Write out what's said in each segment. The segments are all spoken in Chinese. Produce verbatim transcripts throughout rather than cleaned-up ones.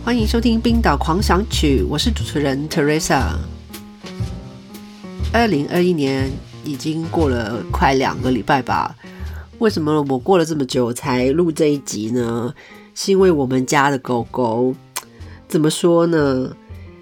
欢迎收听冰岛狂想曲，我是主持人 Teresa。 二零二一年已经过了快两个礼拜吧，为什么我过了这么久才录这一集呢？是因为我们家的狗狗怎么说呢，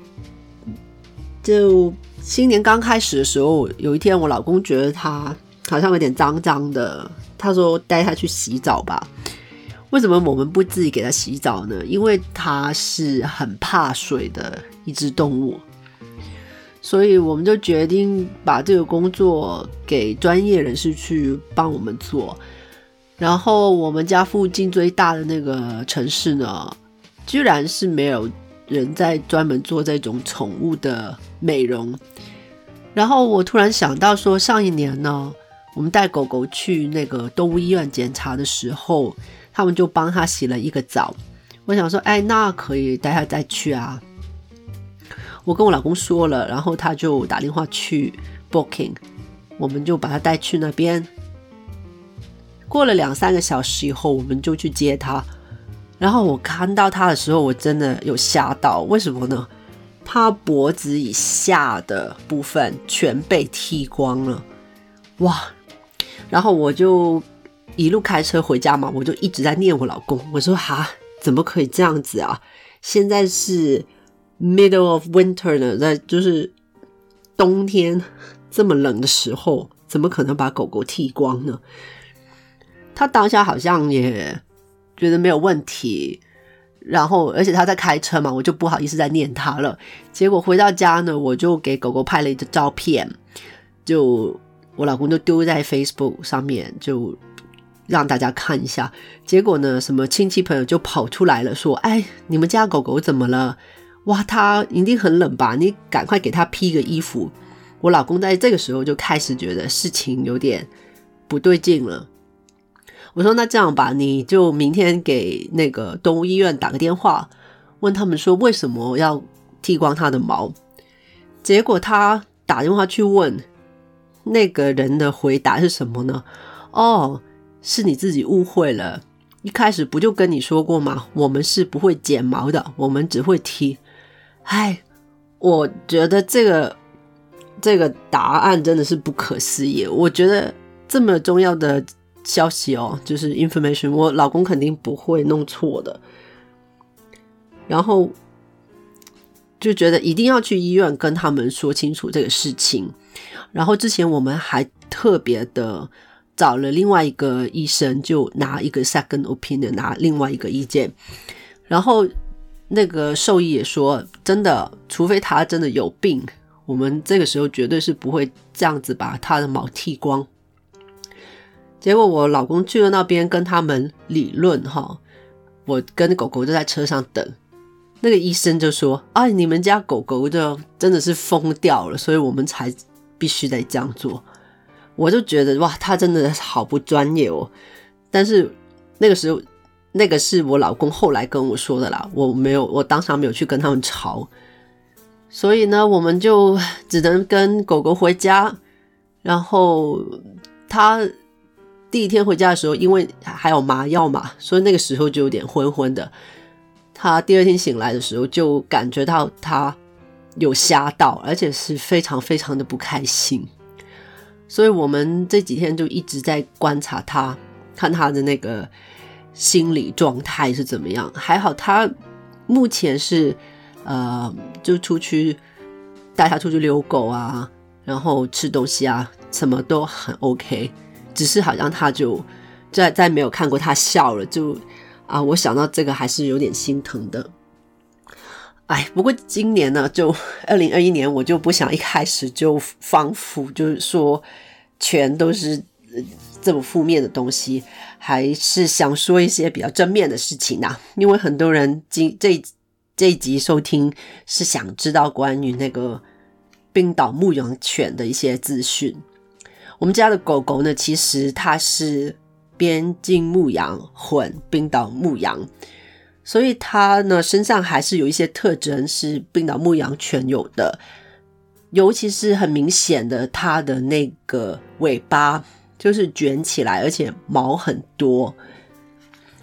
就新年刚开始的时候，有一天我老公觉得它好像有点脏脏的，他说带它去洗澡吧。为什么我们不自己给它洗澡呢？因为它是很怕水的一只动物，所以我们就决定把这个工作给专业人士去帮我们做。然后我们家附近最大的那个城市呢，居然是没有人在专门做这种宠物的美容。然后我突然想到说，上一年呢，我们带狗狗去那个动物医院检查的时候，他们就帮他洗了一个澡。我想说，哎，那可以带他再去啊。我跟我老公说了，然后他就打电话去 booking， 我们就把他带去那边。过了两三个小时以后，我们就去接他。然后我看到他的时候，我真的有吓到。为什么呢？他脖子以下的部分全被剃光了，哇！然后我就一路开车回家嘛，我就一直在念我老公，我说哈，怎么可以这样子啊？现在是 middle of winter 呢，在就是冬天这么冷的时候，怎么可能把狗狗剃光呢？他当下好像也觉得没有问题，然后而且他在开车嘛，我就不好意思再念他了。结果回到家呢，我就给狗狗拍了一张照片，就我老公就丢在 Facebook 上面，就让大家看一下。结果呢，什么亲戚朋友就跑出来了，说，哎，你们家狗狗怎么了？哇，它一定很冷吧，你赶快给它披个衣服。我老公在这个时候就开始觉得事情有点不对劲了。我说，那这样吧，你就明天给那个动物医院打个电话，问他们说为什么要剃光它的毛。结果他打电话去问，那个人的回答是什么呢？哦，是你自己误会了，一开始不就跟你说过吗？我们是不会剪毛的，我们只会剃。唉，我觉得这个这个答案真的是不可思议。我觉得这么重要的消息哦，就是 information， 我老公肯定不会弄错的。然后就觉得一定要去医院跟他们说清楚这个事情。然后之前我们还特别的找了另外一个医生，就拿一个 second opinion， 拿另外一个意见。然后那个兽医也说，真的，除非他真的有病，我们这个时候绝对是不会这样子把他的毛剃光。结果我老公去了那边跟他们理论哈，我跟狗狗就在车上等。那个医生就说，哎，你们家狗狗就真的是疯掉了，所以我们才必须得这样做。我就觉得哇，他真的好不专业哦。但是那个时候，那个是我老公后来跟我说的啦，我没有，我当场没有去跟他们吵。所以呢，我们就只能跟狗狗回家。然后他第一天回家的时候，因为还有麻药嘛，所以那个时候就有点昏昏的。他第二天醒来的时候，就感觉到他有吓到，而且是非常非常的不开心。所以我们这几天就一直在观察他，看他的那个心理状态是怎么样。还好他目前是呃，就出去带他出去遛狗啊，然后吃东西啊，什么都很 OK。只是好像他就再再没有看过他笑了，就啊，我想到这个还是有点心疼的。哎，不过今年呢，就二零二一年，我就不想一开始就仿佛就是说全都是这么负面的东西，还是想说一些比较正面的事情啊。因为很多人这这一集收听是想知道关于那个冰岛牧羊犬的一些资讯。我们家的狗狗呢，其实它是边境牧羊混冰岛牧羊，所以它呢身上还是有一些特征是冰岛牧羊犬有的，尤其是很明显的，它的那个尾巴就是卷起来，而且毛很多。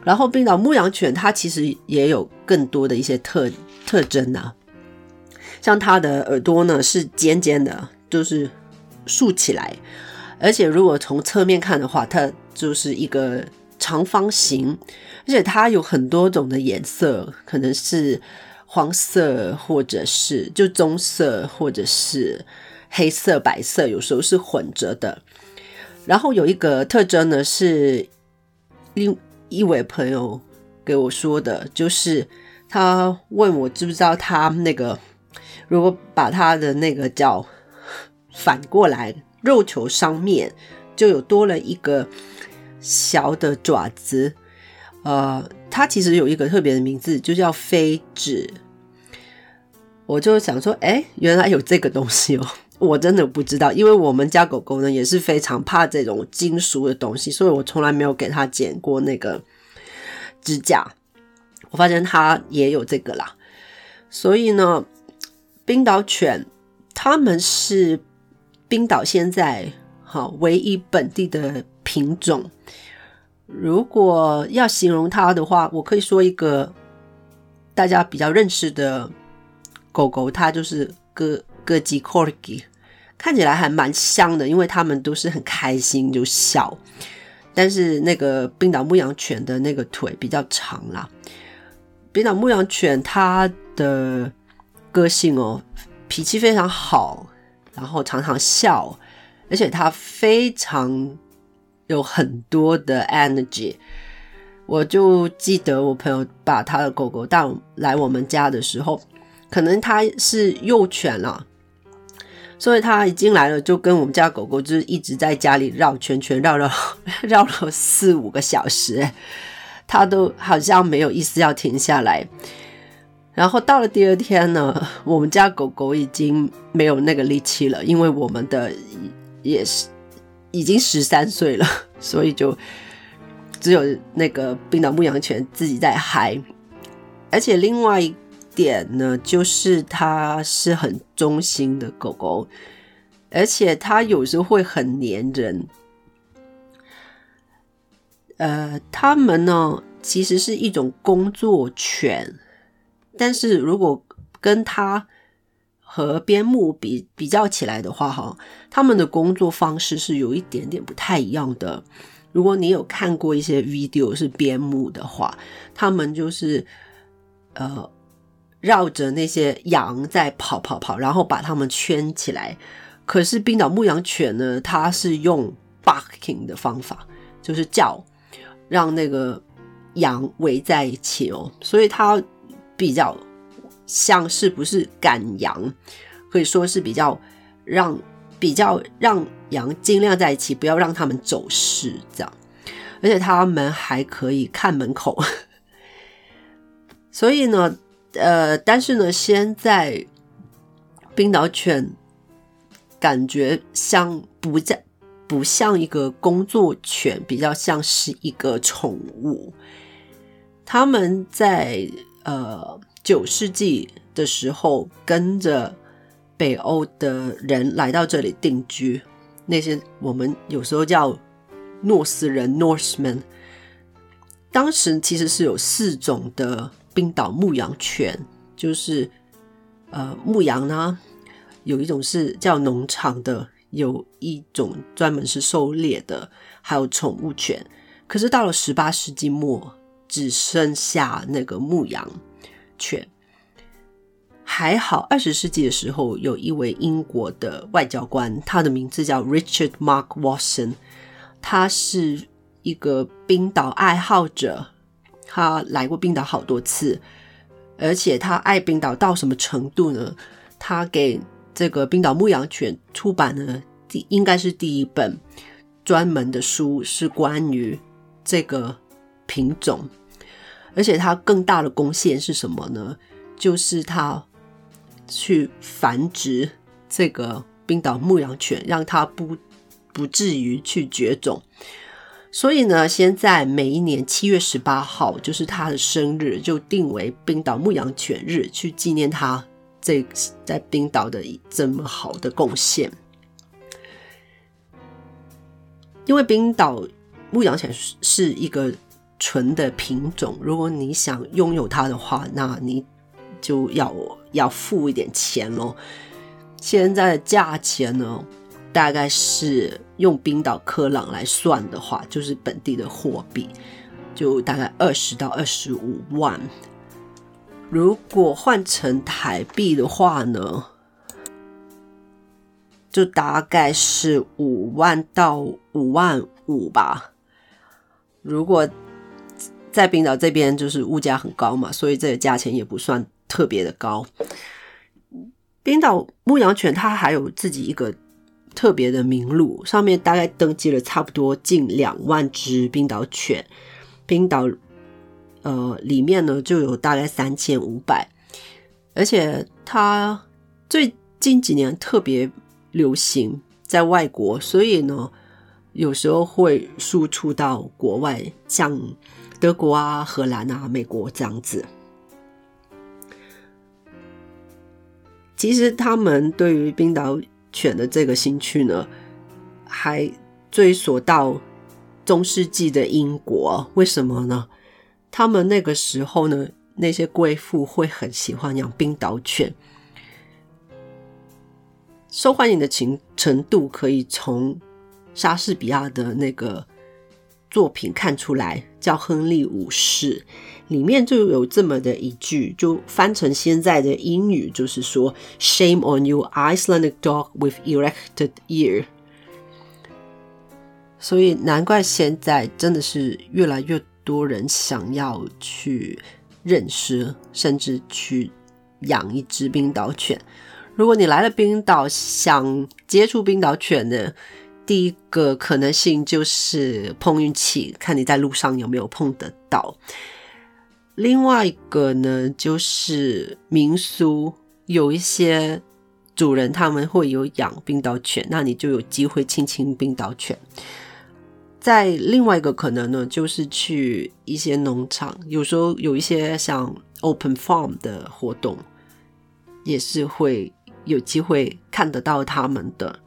然后冰岛牧羊犬它其实也有更多的一些特特征啊，像它的耳朵呢是尖尖的，就是竖起来，而且如果从侧面看的话，它就是一个长方形，而且它有很多种的颜色，可能是黄色或者是就棕色或者是黑色白色，有时候是混着的。然后有一个特征呢是另一位朋友给我说的，就是他问我知不知道他那个如果把他的那个脚反过来，肉球上面就有多了一个小的爪子，呃，它其实有一个特别的名字，就叫飞指。我就想说，哎，原来有这个东西哦，我真的不知道，因为我们家狗狗呢也是非常怕这种金属的东西，所以我从来没有给它剪过那个指甲。我发现它也有这个啦，所以呢，冰岛犬它们是冰岛现在好唯一本地的品种。如果要形容它的话，我可以说一个大家比较认识的狗狗，它就是哥哥吉 Corgi， 看起来还蛮像的，因为它们都是很开心就笑。但是那个冰岛牧羊犬的那个腿比较长啦。冰岛牧羊犬它的个性哦，脾气非常好，然后常常笑，而且它非常有很多的 energy。 我就记得我朋友把他的狗狗带来我们家的时候，可能他是幼犬啦，所以他一进来了就跟我们家狗狗就是一直在家里绕圈圈，绕了绕了四五个小时，他都好像没有意思要停下来。然后到了第二天呢，我们家狗狗已经没有那个力气了，因为我们的也是已经十三岁了，所以就只有那个冰岛牧羊犬自己在嗨。而且另外一点呢，就是它是很忠心的狗狗，而且它有时候会很黏人。呃，它们呢其实是一种工作犬，但是如果跟它和边牧比比较起来的话哈，他们的工作方式是有一点点不太一样的。如果你有看过一些 video 是边牧的话，他们就是呃绕着那些羊在跑跑跑，然后把它们圈起来。可是冰岛牧羊犬呢，它是用 barking 的方法，就是叫，让那个羊围在一起哦，所以它比较像是不是赶羊，可以说是比较让比较让羊尽量在一起，不要让他们走失这样。而且他们还可以看门口所以呢呃，但是呢现在冰岛犬感觉像不在不像一个工作犬，比较像是一个宠物。他们在呃九世纪的时候跟着北欧的人来到这里定居，那些我们有时候叫诺斯人 Norsemen。 当时其实是有四种的冰岛牧羊犬，就是呃牧羊呢，有一种是叫农场的，有一种专门是狩猎的，还有宠物犬。可是到了十八世纪末只剩下那个牧羊犬。还好二十世纪的时候有一位英国的外交官，他的名字叫 Richard Mark Watson， 他是一个冰岛爱好者，他来过冰岛好多次，而且他爱冰岛到什么程度呢？他给这个冰岛牧羊犬出版了第应该是第一本专门的书，是关于这个品种。而且他更大的贡献是什么呢？就是他去繁殖这个冰岛牧羊犬，让它不不至于去绝种。所以呢，现在每一年七月十八号就是他的生日，就定为冰岛牧羊犬日，去纪念他这在冰岛的这么好的贡献。因为冰岛牧羊犬是一个纯的品种，如果你想拥有它的话，那你就要要付一点钱咯。现在的价钱呢，大概是用冰岛克朗来算的话，就是本地的货币，就大概二十到二十五万。如果换成台币的话呢，就大概是五万到五万五吧。如果在冰岛这边就是物价很高嘛，所以这个价钱也不算特别的高。冰岛牧羊犬它还有自己一个特别的名录，上面大概登记了差不多近两万只冰岛犬。冰岛呃里面呢就有大概三千五百，而且它最近几年特别流行在外国，所以呢有时候会输出到国外，像德国啊、荷兰啊、美国这样子。其实他们对于冰岛犬的这个兴趣呢，还追溯到中世纪的英国。为什么呢？他们那个时候呢，那些贵妇会很喜欢养冰岛犬，受欢迎的程度可以从莎士比亚的那个作品看出来，叫《亨利五世》，里面就有这么的一句，就翻成现在的英语就是说 Shame on you Icelandic dog with erected ear。 所以难怪现在真的是越来越多人想要去认识甚至去养一只冰岛犬。如果你来了冰岛想接触冰岛犬的，第一个可能性就是碰运气，看你在路上有没有碰得到。另外一个呢，就是民俗，有一些主人他们会有养冰岛犬，那你就有机会亲亲冰岛犬。再另外一个可能呢，就是去一些农场，有时候有一些像 open farm 的活动，也是会有机会看得到他们的。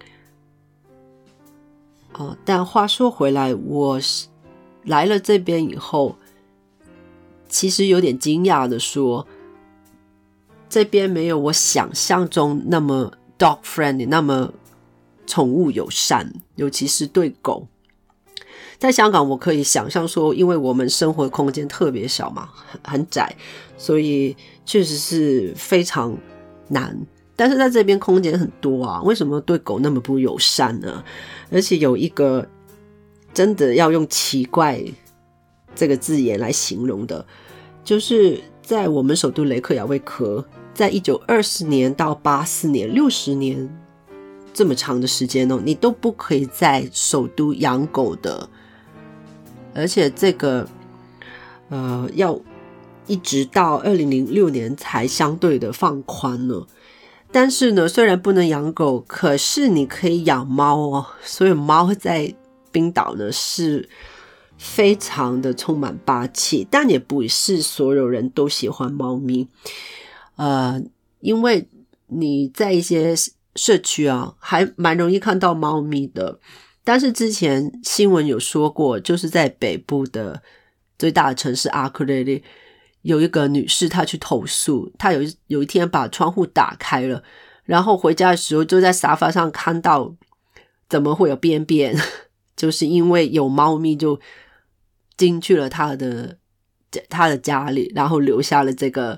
哦，但话说回来，我来了这边以后，其实有点惊讶的说，这边没有我想象中那么 dog friendly， 那么宠物友善，尤其是对狗。在香港我可以想象说，因为我们生活空间特别小嘛，很窄，所以确实是非常难。但是在这边空间很多啊，为什么对狗那么不友善呢？而且有一个真的要用奇怪这个字眼来形容的，就是在我们首都雷克雅未克，在一九二四年到八四年六十年这么长的时间哦，你都不可以在首都养狗的。而且这个呃，要一直到二零零六年才相对的放宽了。但是呢，虽然不能养狗，可是你可以养猫哦。所以猫在冰岛呢是非常的充满霸气，但也不是所有人都喜欢猫咪。呃，因为你在一些社区啊，还蛮容易看到猫咪的。但是之前新闻有说过，就是在北部的最大的城市阿克雷利，有一个女士她去投诉，她有一有一天把窗户打开了，然后回家的时候就在沙发上看到怎么会有便便，就是因为有猫咪就进去了她的她的家里，然后留下了这个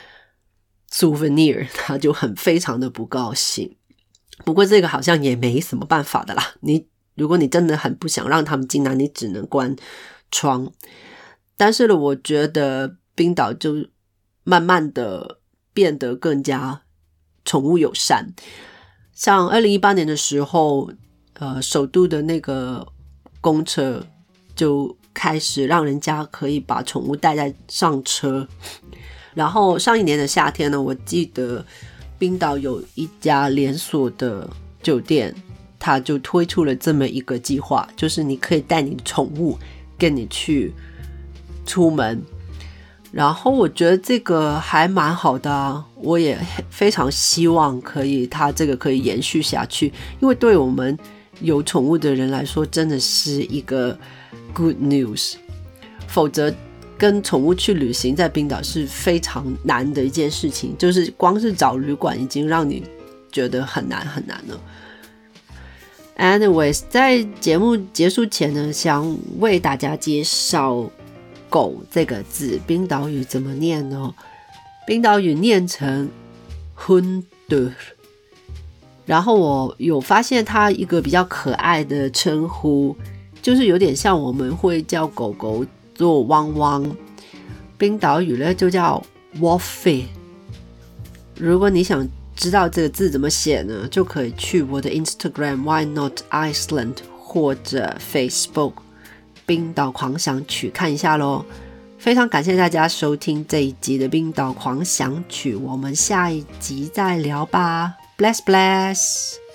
souvenir， 她就很非常的不高兴。不过这个好像也没什么办法的啦，你如果你真的很不想让他们进来，你只能关窗。但是呢，我觉得冰岛就慢慢的变得更加宠物友善。像二零一八年的时候，呃，首都的那个公车就开始让人家可以把宠物带在上车。然后上一年的夏天呢，我记得冰岛有一家连锁的酒店，他就推出了这么一个计划，就是你可以带你的宠物跟你去出门。然后我觉得这个还蛮好的啊，我也非常希望可以它这个可以延续下去，因为对我们有宠物的人来说真的是一个 good news。 否则跟宠物去旅行在冰岛是非常难的一件事情，就是光是找旅馆已经让你觉得很难很难了。Anyways， 在节目结束前呢，想为大家介绍狗这个字，冰岛语怎么念呢？冰岛语念成 hundur， 然后我有发现它一个比较可爱的称呼，就是有点像我们会叫狗狗做汪汪，冰岛语呢就叫 wolfie。 如果你想知道这个字怎么写呢，就可以去我的 Instagram Why Not Iceland 或者 Facebook 冰岛狂想曲看一下咯。非常感谢大家收听这一集的冰岛狂想曲，我们下一集再聊吧。Bless bless。